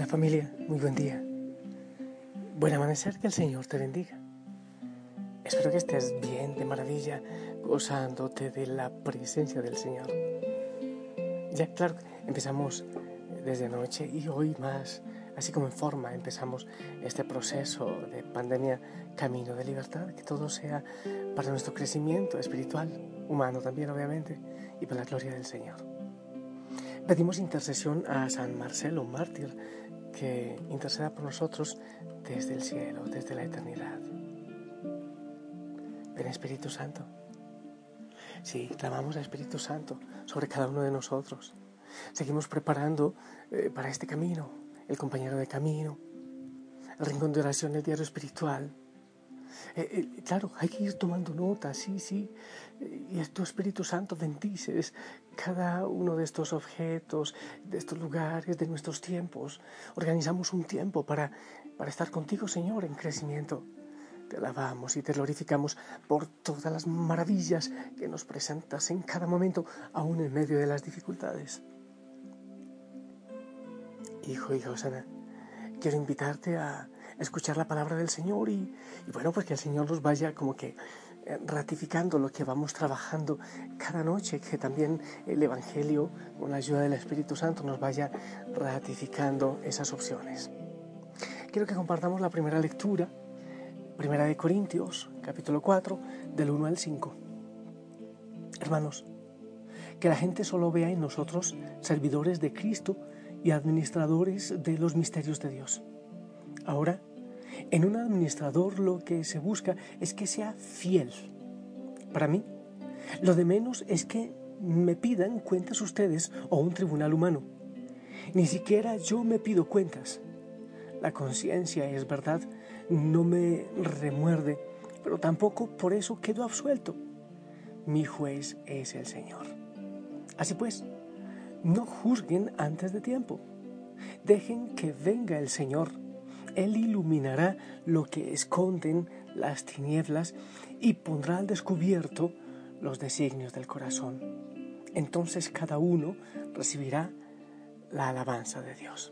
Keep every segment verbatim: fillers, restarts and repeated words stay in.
familia, muy buen día. Buen amanecer, que el Señor te bendiga. Espero que estés bien, de maravilla, gozándote de la presencia del Señor. Ya, claro, empezamos desde anoche y hoy más, así como en forma, empezamos este proceso de pandemia, camino de libertad, que todo sea para nuestro crecimiento espiritual, humano también, obviamente, y para la gloria del Señor. Pedimos intercesión a San Marcelo, mártir, que interceda por nosotros desde el cielo, desde la eternidad. Ven, Espíritu Santo. Sí, clamamos al Espíritu Santo sobre cada uno de nosotros. Seguimos preparando eh, para este camino, el compañero de camino, el rincón de oración, el diario espiritual. Eh, eh, claro, hay que ir tomando nota, sí, sí. Y tu Espíritu Santo bendices cada uno de estos objetos, de estos lugares, de nuestros tiempos. Organizamos un tiempo para, para estar contigo, Señor, en crecimiento. Te alabamos y te glorificamos por todas las maravillas que nos presentas en cada momento, aún en medio de las dificultades. Hijo, hija Osana, quiero invitarte a escuchar la palabra del Señor y, y bueno, pues que el Señor nos vaya como que ratificando lo que vamos trabajando cada noche, que también el Evangelio, con la ayuda del Espíritu Santo, nos vaya ratificando esas opciones. Quiero que compartamos la primera lectura, Primera de Corintios, capítulo cuatro, del uno al cinco. Hermanos, que la gente solo vea en nosotros servidores de Cristo y administradores de los misterios de Dios. Ahora, en un administrador lo que se busca es que sea fiel. Para mí, lo de menos es que me pidan cuentas ustedes o un tribunal humano. Ni siquiera yo me pido cuentas. La conciencia, es verdad, no me remuerde, pero tampoco por eso quedo absuelto. Mi juez es el Señor. Así pues, no juzguen antes de tiempo. Dejen que venga el Señor. Él iluminará lo que esconden las tinieblas y pondrá al descubierto los designios del corazón. Entonces cada uno recibirá la alabanza de Dios.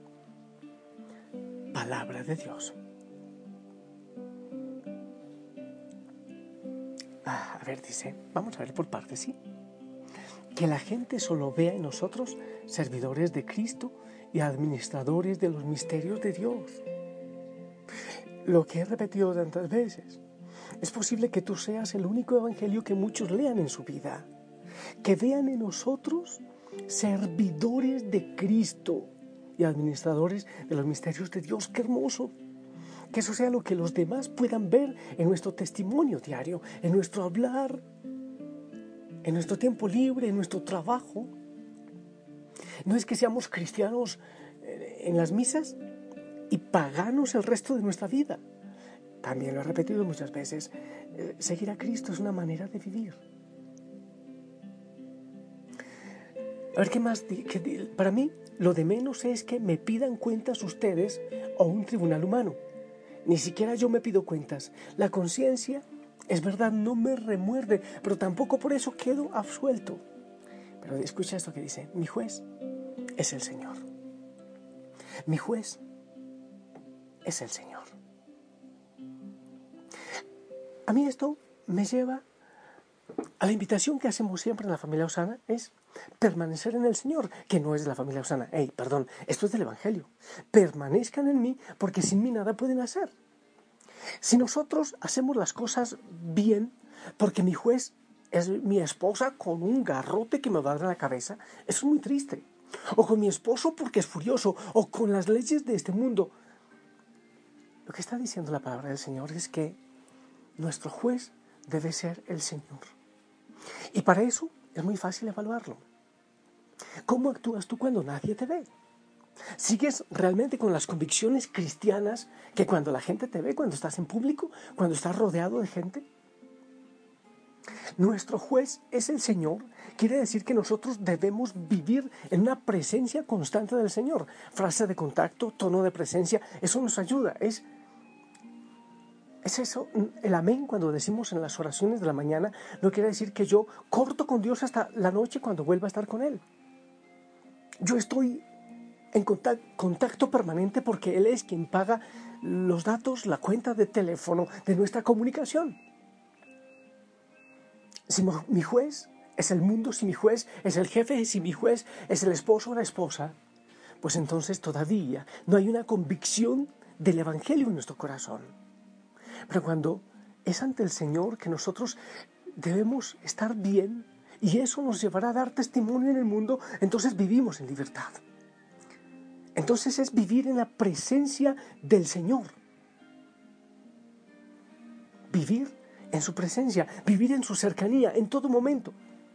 Palabra de Dios. Ah, a ver, dice, vamos a ver por partes, ¿sí? Que la gente solo vea en nosotros servidores de Cristo y administradores de los misterios de Dios. Lo que he repetido tantas veces, es posible que tú seas el único evangelio que muchos lean en su vida, que vean en nosotros servidores de Cristo y administradores de los misterios de Dios. ¡Qué hermoso! Que eso sea lo que los demás puedan ver en nuestro testimonio diario, en nuestro hablar, en nuestro tiempo libre, en nuestro trabajo. No es que seamos cristianos en las misas y paganos el resto de nuestra vida. También lo he repetido muchas veces. Eh, seguir a Cristo es una manera de vivir. A ver, ¿qué más? Que, para mí, lo de menos es que me pidan cuentas ustedes o un tribunal humano. Ni siquiera yo me pido cuentas. La conciencia, es verdad, no me remuerde, pero tampoco por eso quedo absuelto. Pero escucha esto que dice: mi juez es el Señor. Mi juez es el Señor. A mí esto me lleva a la invitación que hacemos siempre en la familia Osana, es permanecer en el Señor, que no es de la familia Osana. Ey, perdón, esto es del Evangelio. Permanezcan en mí, porque sin mí nada pueden hacer. Si nosotros hacemos las cosas bien, porque mi juez es mi esposa con un garrote que me va a dar en la cabeza, eso es muy triste. O con mi esposo porque es furioso, o con las leyes de este mundo. Lo que está diciendo la palabra del Señor es que nuestro juez debe ser el Señor. Y para eso es muy fácil evaluarlo. ¿Cómo actúas tú cuando nadie te ve? ¿Sigues realmente con las convicciones cristianas que cuando la gente te ve, cuando estás en público, cuando estás rodeado de gente? Nuestro juez es el Señor. Quiere decir que nosotros debemos vivir en una presencia constante del Señor. Frase de contacto, tono de presencia, eso nos ayuda. Es, es eso, el amén cuando decimos en las oraciones de la mañana, no quiere decir que yo corto con Dios hasta la noche cuando vuelva a estar con Él. Yo estoy en contacto, contacto permanente porque Él es quien paga los datos, la cuenta de teléfono de nuestra comunicación. Si mi juez es el mundo, si mi juez es el jefe, si mi juez es el esposo o la esposa, pues entonces todavía no hay una convicción del Evangelio en nuestro corazón. Pero cuando es ante el Señor que nosotros debemos estar bien y eso nos llevará a dar testimonio en el mundo, entonces vivimos en libertad. Entonces es vivir en la presencia del Señor. Vivir en su presencia, vivir en su cercanía en todo momento.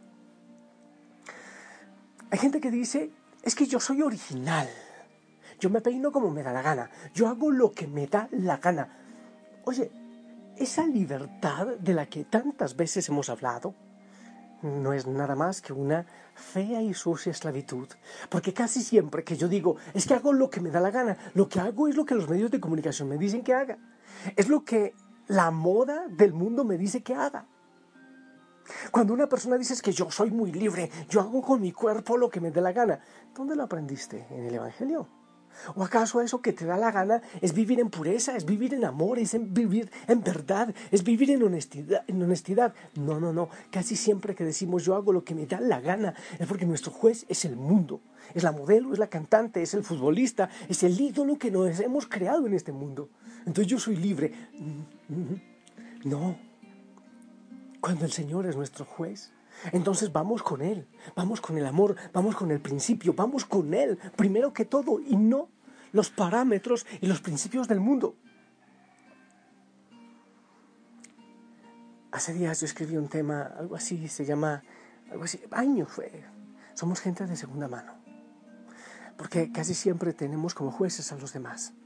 Hay gente que dice, es que yo soy original, yo me peino como me da la gana, yo hago lo que me da la gana. Oye, esa libertad de la que tantas veces hemos hablado no es nada más que una fea y sucia esclavitud, porque casi siempre que yo digo, es que hago lo que me da la gana, lo que hago es lo que los medios de comunicación me dicen que haga, es lo que la moda del mundo me dice que haga. Cuando una persona dice que yo soy muy libre, yo hago con mi cuerpo lo que me dé la gana, ¿dónde lo aprendiste? ¿En el Evangelio? ¿O acaso eso que te da la gana es vivir en pureza, es vivir en amor, es en vivir en verdad, es vivir en honestidad, en honestidad? No, no, no. Casi siempre que decimos yo hago lo que me da la gana es porque nuestro juez es el mundo, es la modelo, es la cantante, es el futbolista, es el ídolo que nos hemos creado en este mundo. Entonces yo soy libre. No. Cuando el Señor es nuestro juez, entonces vamos con Él, vamos con el amor, vamos con el principio, vamos con Él, primero que todo, y no los parámetros y los principios del mundo. Hace días yo escribí un tema, algo así, se llama, algo así, años fue, somos gente de segunda mano, porque casi siempre tenemos como jueces a los demás.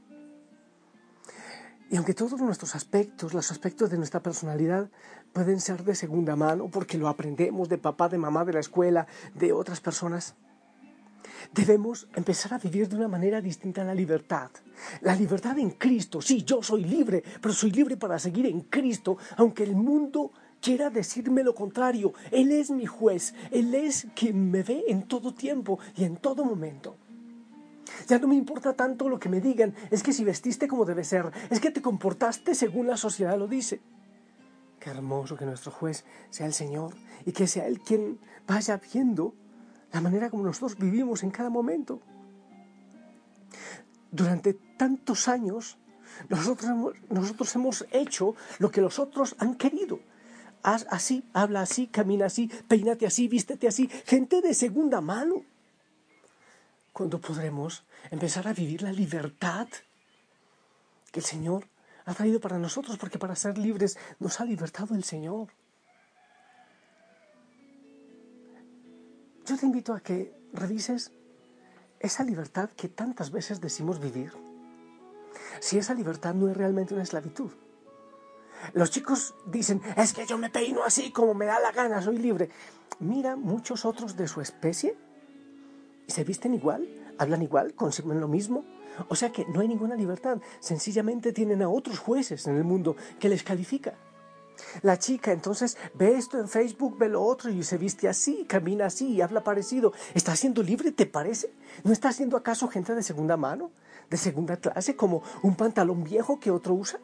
Y aunque todos nuestros aspectos, los aspectos de nuestra personalidad pueden ser de segunda mano porque lo aprendemos de papá, de mamá, de la escuela, de otras personas, debemos empezar a vivir de una manera distinta a la libertad. La libertad en Cristo. Sí, yo soy libre, pero soy libre para seguir en Cristo, aunque el mundo quiera decirme lo contrario. Él es mi juez, Él es quien me ve en todo tiempo y en todo momento. Ya no me importa tanto lo que me digan, es que si vestiste como debe ser, es que te comportaste según la sociedad lo dice. Qué hermoso que nuestro juez sea el Señor y que sea Él quien vaya viendo la manera como nosotros vivimos en cada momento. Durante tantos años, nosotros hemos, nosotros hemos hecho lo que los otros han querido. Haz así, habla así, camina así, peínate así, vístete así, gente de segunda mano. ¿Cuándo podremos empezar a vivir la libertad que el Señor ha traído para nosotros? Porque para ser libres nos ha libertado el Señor. Yo te invito a que revises esa libertad que tantas veces decimos vivir. Si esa libertad no es realmente una esclavitud. Los chicos dicen, es que yo me peino así como me da la gana, soy libre. Mira muchos otros de su especie y se visten igual, hablan igual, consumen lo mismo. O sea que no hay ninguna libertad. Sencillamente tienen a otros jueces en el mundo que les califica. La chica entonces ve esto en Facebook, ve lo otro y se viste así, camina así y habla parecido. ¿Está siendo libre, te parece? ¿No está siendo acaso gente de segunda mano, de segunda clase, como un pantalón viejo que otro usa?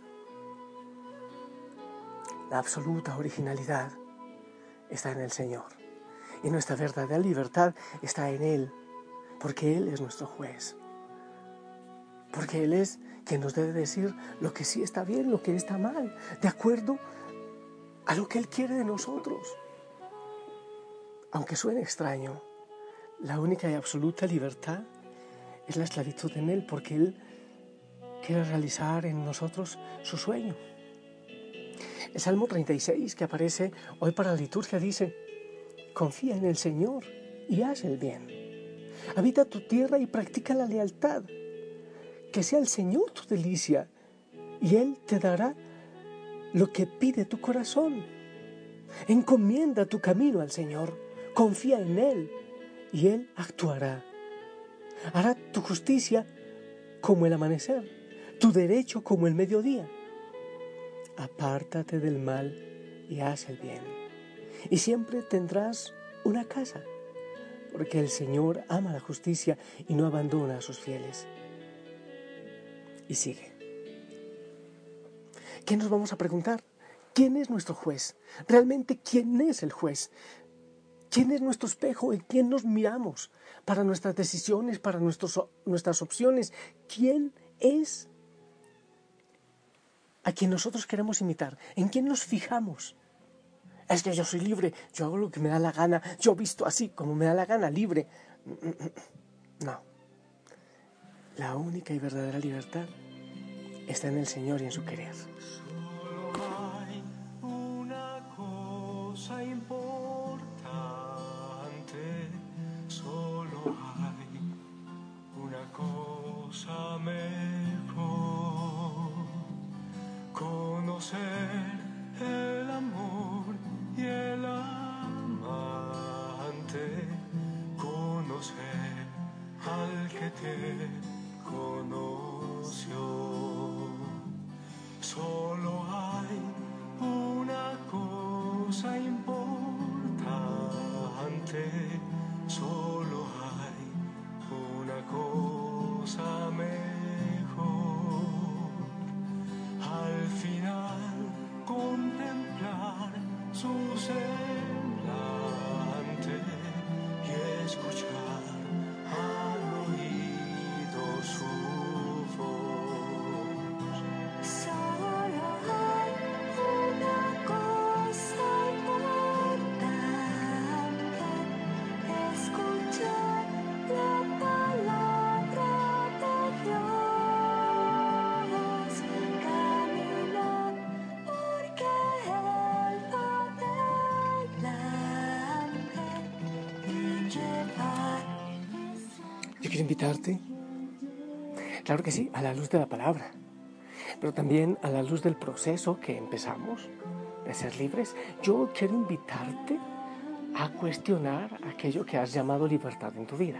La absoluta originalidad está en el Señor y nuestra verdadera libertad está en Él. Porque Él es nuestro juez. Porque Él es quien nos debe decir lo que sí está bien, lo que está mal, de acuerdo a lo que Él quiere de nosotros. Aunque suene extraño, la única y absoluta libertad es la esclavitud en Él, porque Él quiere realizar en nosotros su sueño. El Salmo treinta y seis, que aparece hoy para la liturgia, dice, confía en el Señor y haz el bien. Habita tu tierra y practica la lealtad. Que sea el Señor tu delicia y Él te dará lo que pide tu corazón. Encomienda tu camino al Señor, confía en Él y Él actuará. Hará tu justicia como el amanecer, tu derecho como el mediodía. Apártate del mal y haz el bien. Y siempre tendrás una casa, porque el Señor ama la justicia y no abandona a sus fieles. Y sigue. ¿Qué nos vamos a preguntar? ¿Quién es nuestro juez? ¿Realmente quién es el juez? ¿Quién es nuestro espejo? ¿En quién nos miramos para nuestras decisiones, para nuestros, nuestras opciones? ¿Quién es a quien nosotros queremos imitar? ¿En quién nos fijamos? Es que yo soy libre, yo hago lo que me da la gana, yo visto así como me da la gana, libre. No. La única y verdadera libertad está en el Señor y en su querer. Solo hay una cosa importante, solo hay una cosa mejor, conocer el amor y el amante, conocer al que te conoció. Solo hay una cosa importante, solo hay una cosa mejor. Al final contemplar su semblante y escuchar al oído su voz. Solo hay una cosa importante, escuchar la palabra de Dios, caminar porque Él va delante y llevar. Yo quiero invitarte, claro que sí, a la luz de la palabra, pero también a la luz del proceso que empezamos de ser libres. Yo quiero invitarte a cuestionar aquello que has llamado libertad en tu vida.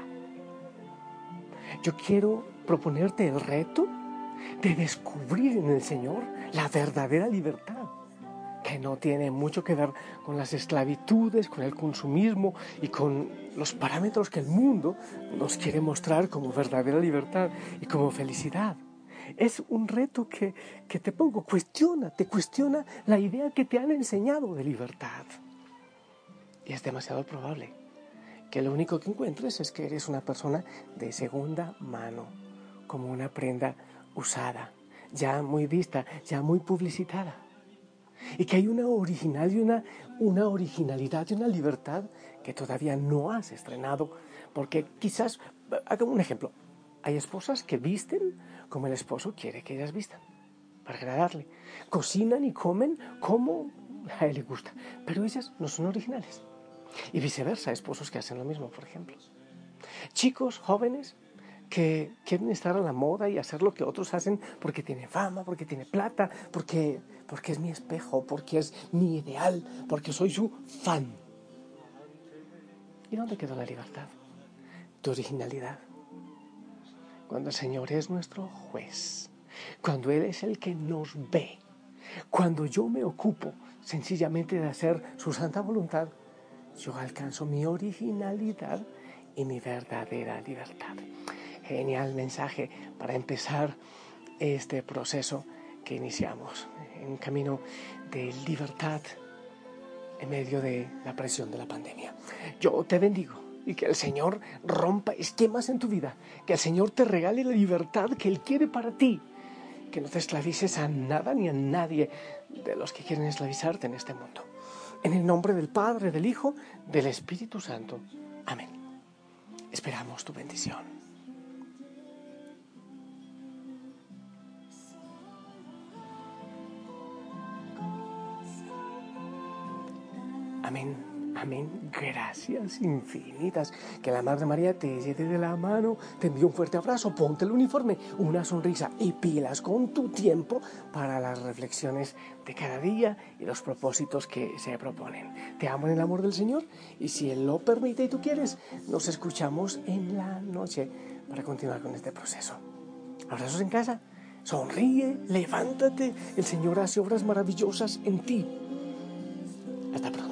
Yo quiero proponerte el reto de descubrir en el Señor la verdadera libertad, que no tiene mucho que ver con las esclavitudes, con el consumismo y con los parámetros que el mundo nos quiere mostrar como verdadera libertad y como felicidad. Es un reto que, que te pongo, cuestiona, te cuestiona la idea que te han enseñado de libertad. Y es demasiado probable que lo único que encuentres es que eres una persona de segunda mano, como una prenda usada, ya muy vista, ya muy publicitada. Y que hay una original y una, una originalidad y una libertad que todavía no has estrenado, porque quizás, hago un ejemplo, hay esposas que visten como el esposo quiere que ellas vistan, para agradarle, cocinan y comen como a él le gusta, pero ellas no son originales, y viceversa, esposos que hacen lo mismo, por ejemplo. Chicos jóvenes que quieren estar a la moda y hacer lo que otros hacen porque tiene fama, porque tiene plata, porque, porque es mi espejo, porque es mi ideal, porque soy su fan. ¿Y dónde quedó la libertad? Tu originalidad. Cuando el Señor es nuestro juez, cuando Él es el que nos ve, cuando yo me ocupo sencillamente de hacer su santa voluntad, yo alcanzo mi originalidad y mi verdadera libertad. Genial mensaje para empezar este proceso que iniciamos en un camino de libertad en medio de la presión de la pandemia. Yo te bendigo y que el Señor rompa esquemas en tu vida, que el Señor te regale la libertad que Él quiere para ti, que no te esclavices a nada ni a nadie de los que quieren esclavizarte en este mundo. En el nombre del Padre, del Hijo, del Espíritu Santo. Amén. Esperamos tu bendición. Amén, amén, gracias infinitas. Que la Madre María te lleve de la mano, te envíe un fuerte abrazo, ponte el uniforme, una sonrisa y pilas con tu tiempo para las reflexiones de cada día y los propósitos que se proponen. Te amo en el amor del Señor y si Él lo permite y tú quieres, nos escuchamos en la noche para continuar con este proceso. Abrazos en casa, sonríe, levántate, el Señor hace obras maravillosas en ti. Hasta pronto.